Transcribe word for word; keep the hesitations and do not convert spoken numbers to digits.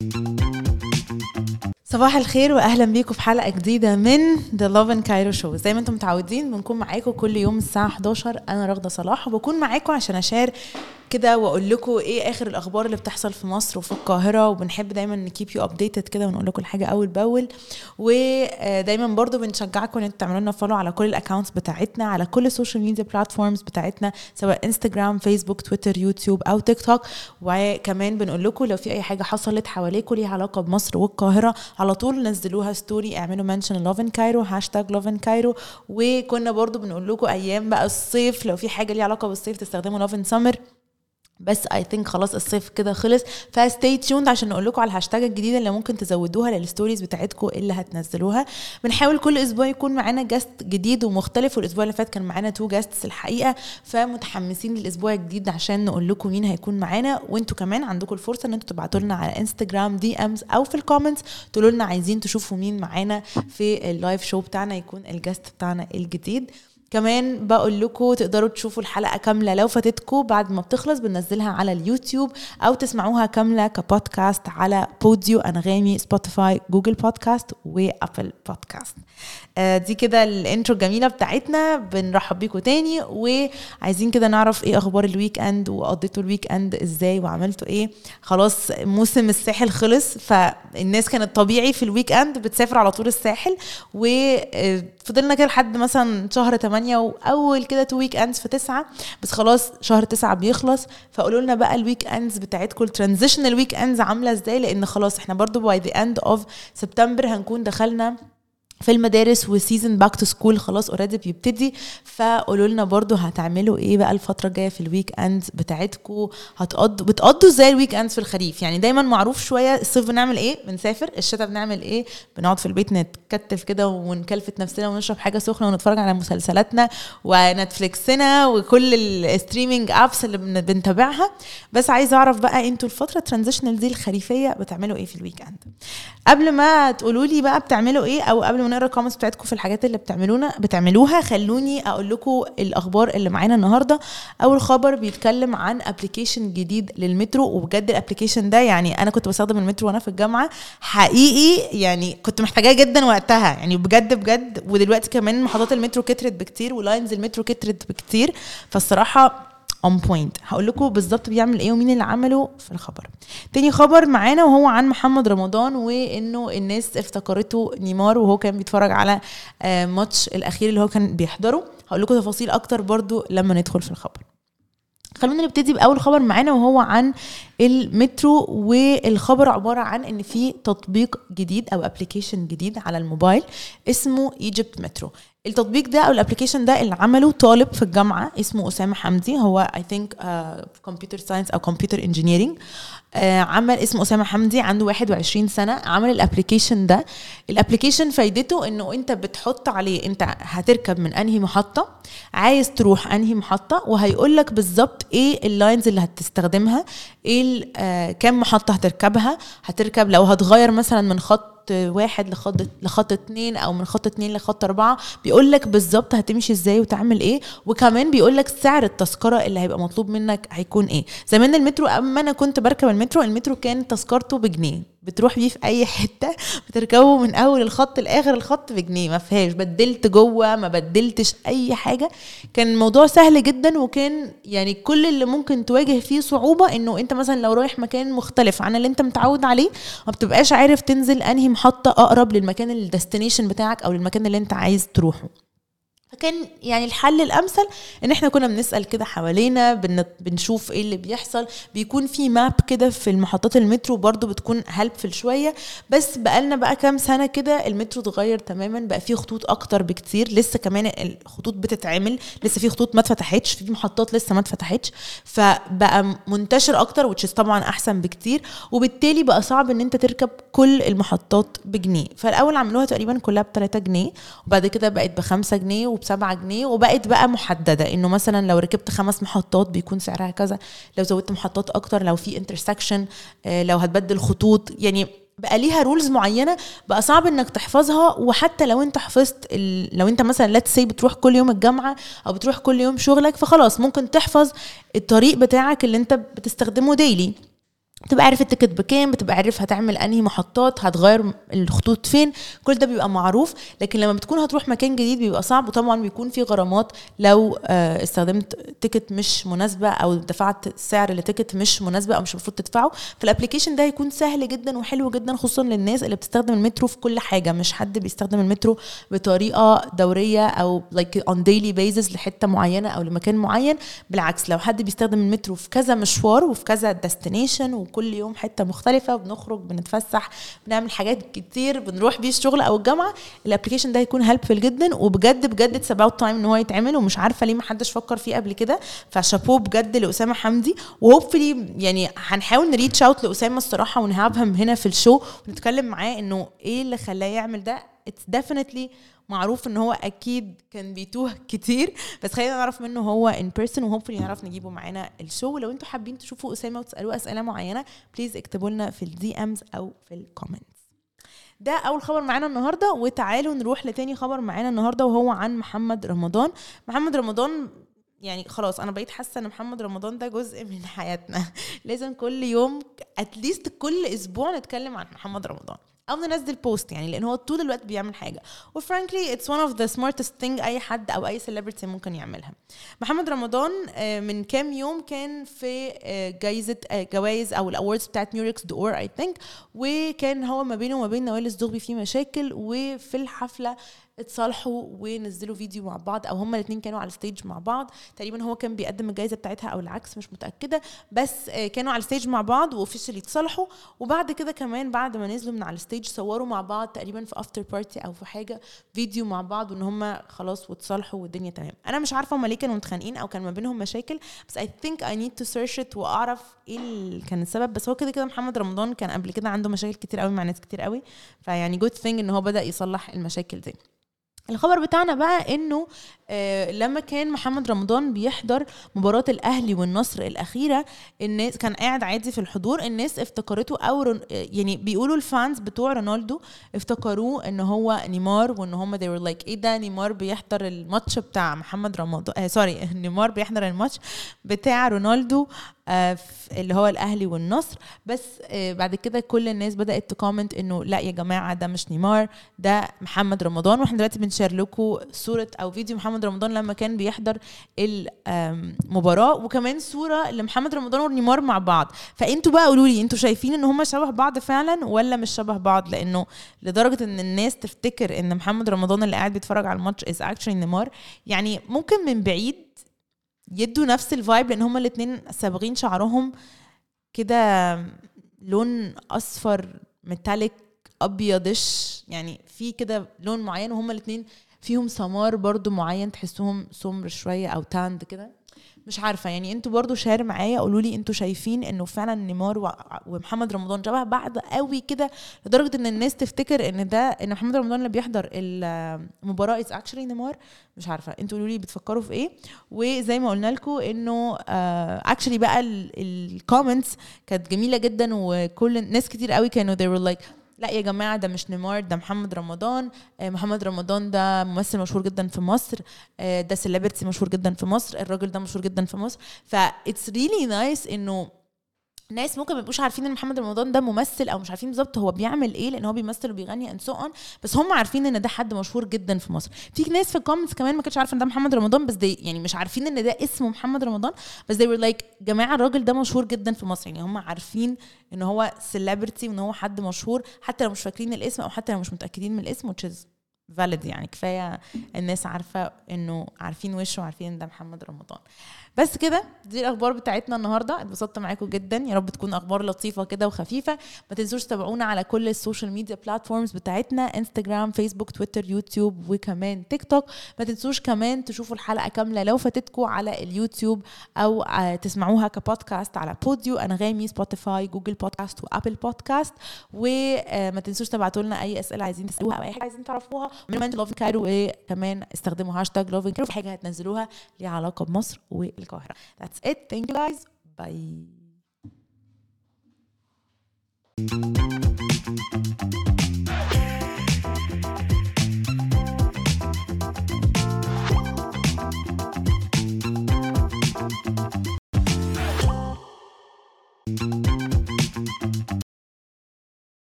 صباح الخير واهلا بيكم في حلقه جديده من The Love and Cairo Show. زي ما انتم متعودين بنكون معاكم كل يوم الساعه حداشر. انا رغده صلاح وبكون معاكم عشان اشار كده واقول لكم ايه اخر الاخبار اللي بتحصل في مصر وفي القاهره، وبنحب دايما نكيب يو ابديتد كده ونقول لكم الحاجه اول باول. ودايما برضو بنشجعكم ان انتوا تعملوا لنا فولو على كل الاكونتس بتاعتنا على كل السوشيال ميديا بلاتفورمز بتاعتنا، سواء انستغرام، فيسبوك، تويتر، يوتيوب او تيك توك. وكمان بنقول لكم لو في اي حاجه حصلت حواليكم ليها علاقه بمصر والقاهره على طول نزلوها ستوري، اعملوا منشن لوف ان كايرو هاشتاج لوف ان كايرو. وكنا برضو بنقول لكم ايام بقى الصيف لو في حاجه ليها علاقه بالصيف تستخدموا لوف ان سمر، بس I think خلاص الصيف كده خلص. فستي تيوند عشان نقول لكم على الهاشتاج الجديده اللي ممكن تزودوها للستوريز بتاعتكم اللي هتنزلوها. بنحاول كل اسبوع يكون معانا جاست جديد ومختلف، والاسبوع اللي فات كان معانا تو جاستس الحقيقه، فمتحمسين للاسبوع الجديد عشان نقول لكم مين هيكون معانا. وانتوا كمان عندكم الفرصه ان انتوا تبعتوا لنا على انستغرام دي امز او في الكومنتس تقولوا لنا عايزين تشوفوا مين معانا في اللايف شو بتاعنا يكون الجاست بتاعنا الجديد. كمان بقول لكم تقدروا تشوفوا الحلقة كاملة لو فاتتكم بعد ما بتخلص بننزلها على اليوتيوب، أو تسمعوها كاملة كبودكاست على بوديو، أنغامي، سبوتيفاي، جوجل بودكاست وأبل بودكاست. آه دي كده الانترو الجميلة بتاعتنا. بنرحب بيكم تاني وعايزين كده نعرف ايه أخبار الويك اند وقضيتوا الويك اند ازاي وعملتوا ايه. خلاص موسم الساحل خلص، فالناس كانت طبيعي في الويك اند بتسافر على طول الساحل، وفضلنا كده لحد مثلا شهر تمانية واول كده تو ويك اندز في تسعة، بس خلاص شهر تسعة بيخلص. فقولوا لنا بقى الويك اندز بتاعتكم الترانزيشنال ويك اندز عامله ازاي، لان خلاص احنا برضو باي ذا اند اوف سبتمبر هنكون دخلنا في المدارس وسيزن باك تو سكول خلاص اوريدي بيبتدي. فقولوا لنا برضو هتعملوا ايه بقى الفتره الجايه في الويك اند بتاعتكم، هتقضوا بتقضوا ازاي الويك اند في الخريف. يعني دايما معروف شويه الصيف بنعمل ايه، بنسافر، الشتاء بنعمل ايه، بنقعد في البيت نتكتف كده ونكلفت نفسنا ونشرب حاجه سخنه ونتفرج على مسلسلاتنا ونتفليكسنا وكل الستريمينج ابس اللي بنتابعها. بس عايزه اعرف بقى انتوا الفتره ترانزيشنال دي الخريفيه بتعملوا ايه في الويك اند. قبل ما تقولوا لي بقى بتعملوا ايه، او قبل ما نقرا الكومنتس بتاعتكم في الحاجات اللي بتعملونا بتعملوها، خلوني اقول لكم الاخبار اللي معانا النهارده. اول خبر بيتكلم عن ابلكيشن جديد للمترو، وبجد الابلكيشن ده يعني انا كنت بستخدم المترو وانا في الجامعه حقيقي، يعني كنت محتاجاه جدا وقتها يعني بجد بجد. ودلوقتي كمان محطات المترو كترت بكتير ولاينز المترو كترت بكتير، فالصراحه on point. هقول لكم بالظبط بيعمل ايه ومين اللي عمله في الخبر. تاني خبر معانا وهو عن محمد رمضان، وانه الناس افتكرته نيمار وهو كان بيتفرج على ماتش الاخير اللي هو كان بيحضره. هقول لكم تفاصيل اكتر برضو لما ندخل في الخبر. خلونا نبتدي باول خبر معانا وهو عن المترو. والخبر عباره عن ان في تطبيق جديد او ابلكيشن جديد على الموبايل اسمه ايجيبت مترو. التطبيق ده او الابلكيشن ده اللي عمله طالب في الجامعه اسمه اسامه حمدي، هو I think كمبيوتر ساينس او كمبيوتر انجينيرنج. عمل اسمه اسامه حمدي، عنده واحد وعشرين سنه، عمل الابلكيشن ده. الابلكيشن فايدته انه انت بتحط عليه انت هتركب من انهي محطه، عايز تروح انهي محطه، وهيقولك بالظبط ايه اللاينز اللي هتستخدمها، ايه آه كام محطه هتركبها، هتركب لو هتغير مثلا من خط واحد لخط لخط اتنين او من خط اتنين لخط اربعة، بيقولك بالظبط هتمشي ازاي وتعمل ايه. وكمان بيقولك سعر التذكرة اللي هيبقى مطلوب منك هيكون ايه. زمان المترو اما انا كنت بركب المترو المترو كان تذكرته بجنيه، بتروح بيه في اي حته بتركبه من اول الخط لاخر الخط بجنيه، ما فيهاش بدلت جوه ما بدلتش اي حاجه. كان الموضوع سهل جدا، وكان يعني كل اللي ممكن تواجه فيه صعوبه انه انت مثلا لو رايح مكان مختلف عن اللي انت متعود عليه ما بتبقاش عارف تنزل انهي محطه اقرب للمكان الديستنيشن بتاعك او للمكان اللي انت عايز تروحه. فكان يعني الحل الامثل ان احنا كنا بنسال كده حوالينا، بنشوف ايه اللي بيحصل. بيكون في ماب كده في المحطات المترو برضو بتكون هلبفل شويه. بس بقالنا بقى كام سنه كده المترو اتغير تماما، بقى فيه خطوط اكتر بكتير، لسه كمان الخطوط بتتعمل، لسه في خطوط ما اتفتحتش، في محطات لسه ما اتفتحتش، فبقى منتشر اكتر which is طبعا احسن بكتير. وبالتالي بقى صعب ان انت تركب كل المحطات بجنيه. فالاول عملوها تقريبا كلها بثلاثة جنيه، وبعد كده بقت بخمسة جنيه بسبعة جنيه، وبقت بقى محددة انه مثلا لو ركبت خمس محطات بيكون سعرها كذا، لو زودت محطات اكتر، لو في انترسكشن، لو هتبدل خطوط، يعني بقى ليها رولز معينة بقى صعب انك تحفظها. وحتى لو انت حفظت ال... لو انت مثلا let's say بتروح كل يوم الجامعة او بتروح كل يوم شغلك، فخلاص ممكن تحفظ الطريق بتاعك اللي انت بتستخدمه ديلي. بتبقى عارف التيكت بكام، بتبقى عارف هتعمل انهي محطات، هتغير الخطوط فين، كل ده بيبقى معروف. لكن لما بتكون هتروح مكان جديد بيبقى صعب، وطبعا بيكون في غرامات لو استخدمت تيكت مش مناسبه او دفعت سعر لتيكت مش مناسبه او مش المفروض تدفعه. فالابلكيشن ده هيكون سهل جدا وحلو جدا، خصوصا للناس اللي بتستخدم المترو في كل حاجه، مش حد بيستخدم المترو بطريقه دوريه او like on daily basis لحته معينه او لمكان معين. بالعكس، لو حد بيستخدم المترو في كذا مشوار وفي كذا ديستنيشن وكل يوم حته مختلفه، وبنخرج بنتفسح بنعمل حاجات كتير، بنروح بيه الشغل او الجامعه، الابلكيشن ده هيكون هيلبفل جدا. وبجد بجد اتس اباوت تايم ان هو يتعمل، ومش عارفه ليه ما حدش فكر فيه قبل كده. فشابوه بجد لأسامة حمدي، وهوبفلي يعني هنحاول نريتش اوت لأسامة الصراحه ونهابهم هنا في الشو ونتكلم معاه انه ايه اللي خلاه يعمل ده. اتس ديفينتلي معروف ان هو اكيد كان بيتوه كتير، بس خلينا نعرف منه هو in person، وهوبفلي نعرف نجيبه معانا الشو. لو انتوا حابين تشوفوا أسامة وتسألوه أسئلة معينة بليز اكتبوا لنا في الدي امز او في الكومنتس. ده اول خبر معانا النهارده. وتعالوا نروح لتاني خبر معانا النهارده، وهو عن محمد رمضان. محمد رمضان يعني خلاص انا بقيت حاسه ان محمد رمضان ده جزء من حياتنا. لازم كل يوم اتليست كل اسبوع نتكلم عن محمد رمضان او ننزل بوست، يعني لان هو طول الوقت بيعمل حاجه. وفرانكلي اتس one of the smartest thing اي حد او اي celebrity ممكن يعملها. محمد رمضان من كام يوم كان في جايزه جوائز او الاوردز بتاعت نيويورك دور اي ثينك، وكان هو ما بينه وما بين نوال الزغبي في مشاكل، وفي الحفله اتصالحوا ونزلوا فيديو مع بعض، او هما الاثنين كانوا على الستيج مع بعض. تقريبا هو كان بيقدم الجائزه بتاعتها او العكس، مش متاكده، بس كانوا على الستيج مع بعض واوفيشلي اتصالحوا. وبعد كده كمان بعد ما نزلوا من على الستيج صوروا مع بعض تقريبا في افتر بارتي او في حاجه فيديو مع بعض، وان هما خلاص واتصالحوا والدنيا تمام. انا مش عارفه هما ليه كانوا متخانقين او كان ما بينهم مشاكل، بس I think I need to search it واعرف ايه اللي كان السبب. بس هو كده كده محمد رمضان كان قبل كده عنده مشاكل كتير قوي مع ناس كتير قوي، فيعني good thing ان هو بدأ يصلح المشاكل دي. الخبر بتاعنا بقى انه آه لما كان محمد رمضان بيحضر مباراة الاهلي والنصر الاخيرة، الناس كان قاعد عادي في الحضور، الناس افتكرته او رن... يعني بيقولوا الفانز بتوع رونالدو افتكروه ان هو نيمار، وان هم they were like ايه ده نيمار بيحضر الماتش بتاع محمد رمضان آه سوري نيمار بيحضر الماتش بتاع رونالدو آه اللي هو الاهلي والنصر. بس آه بعد كده كل الناس بدأت تكومنت انه لا يا جماعة ده مش نيمار ده محمد رمضان. واحنا دلوقتي بنشير لكم صورة او فيديو محمد رمضان لما كان بيحضر المباراة، وكمان صورة لمحمد رمضان ونيمار مع بعض. فانتوا بقى قولوا لي انتوا شايفين ان هم شبه بعض فعلا ولا مش شبه بعض؟ لانه لدرجة ان الناس تفتكر ان محمد رمضان اللي قاعد بيتفرج على الماتش is actually نيمار. يعني ممكن من بعيد يدوا نفس الفايب، لان هما الاتنين صابغين شعرهم كده لون اصفر ميتاليك ابيضش، يعني في كده لون معين، وهما الاتنين فيهم سمار برضو معين، تحسوهم سمر شوية او تاند كده. مش عارفة يعني انتوا برضو شاروا معايا قولوا لي انتوا شايفين انه فعلا نيمار ومحمد رمضان شبه بعض قوي كده لدرجة ان الناس تفتكر ان ده ان محمد رمضان اللي بيحضر المباراة is actually نيمار. مش عارفة انتوا قولوا لي بتفكروا في ايه. وزي ما قلنا لكم انه actually بقى الكومنتس كانت جميلة جدا، وكل الناس كتير قوي كانوا they were like لا يا جماعة ده مش نيمار ده محمد رمضان. محمد رمضان ده ممثل مشهور جدا في مصر، ده سيلبرتي مشهور جدا في مصر، الراجل ده مشهور جدا في مصر. ف it's really nice انه ناس ممكن ما يبقوش عارفين ان محمد رمضان ده ممثل او مش عارفين بالظبط هو بيعمل ايه، لان هو بيمثل وبيغني and so on، بس هم عارفين ان ده حد مشهور جدا في مصر. في ناس في الكومنتس كمان ما كانتش عارفه ان ده محمد رمضان، بس دي يعني مش عارفين ان ده اسمه محمد رمضان، بس they were like جماعه الراجل ده مشهور جدا في مصر. يعني هم عارفين ان هو سيلبرتي وان هو حد مشهور حتى لو مش فاكرين الاسم او حتى لو مش متاكدين من الاسم، which is valid. يعني كفايه الناس عارفه انه عارفين وشه وعارفين ان ده محمد رمضان. بس كده دي الاخبار بتاعتنا النهارده. اتبسطت معاكم جدا، يا رب تكون اخبار لطيفه كده وخفيفه. ما تنسوش تتابعونا على كل السوشيال ميديا بلاتفورمز بتاعتنا، انستجرام فيسبوك تويتر يوتيوب وكمان تيك توك. ما تنسوش كمان تشوفوا الحلقه كامله لو فاتتكم على اليوتيوب، او تسمعوها كبودكاست على بوديو انغامي سبوتيفاي جوجل بودكاست وابل بودكاست. وما تنسوش تبعتوا لنا اي اسئله عايزين تسالوها او اي حاجه عايزين تعرفوها من لوفن كايرو، وكمان استخدموا هاشتاج لوفن كايرو في حاجه هتنزلوها ليها علاقه بمصر والقاهره. That's it. Thank you guys. Bye.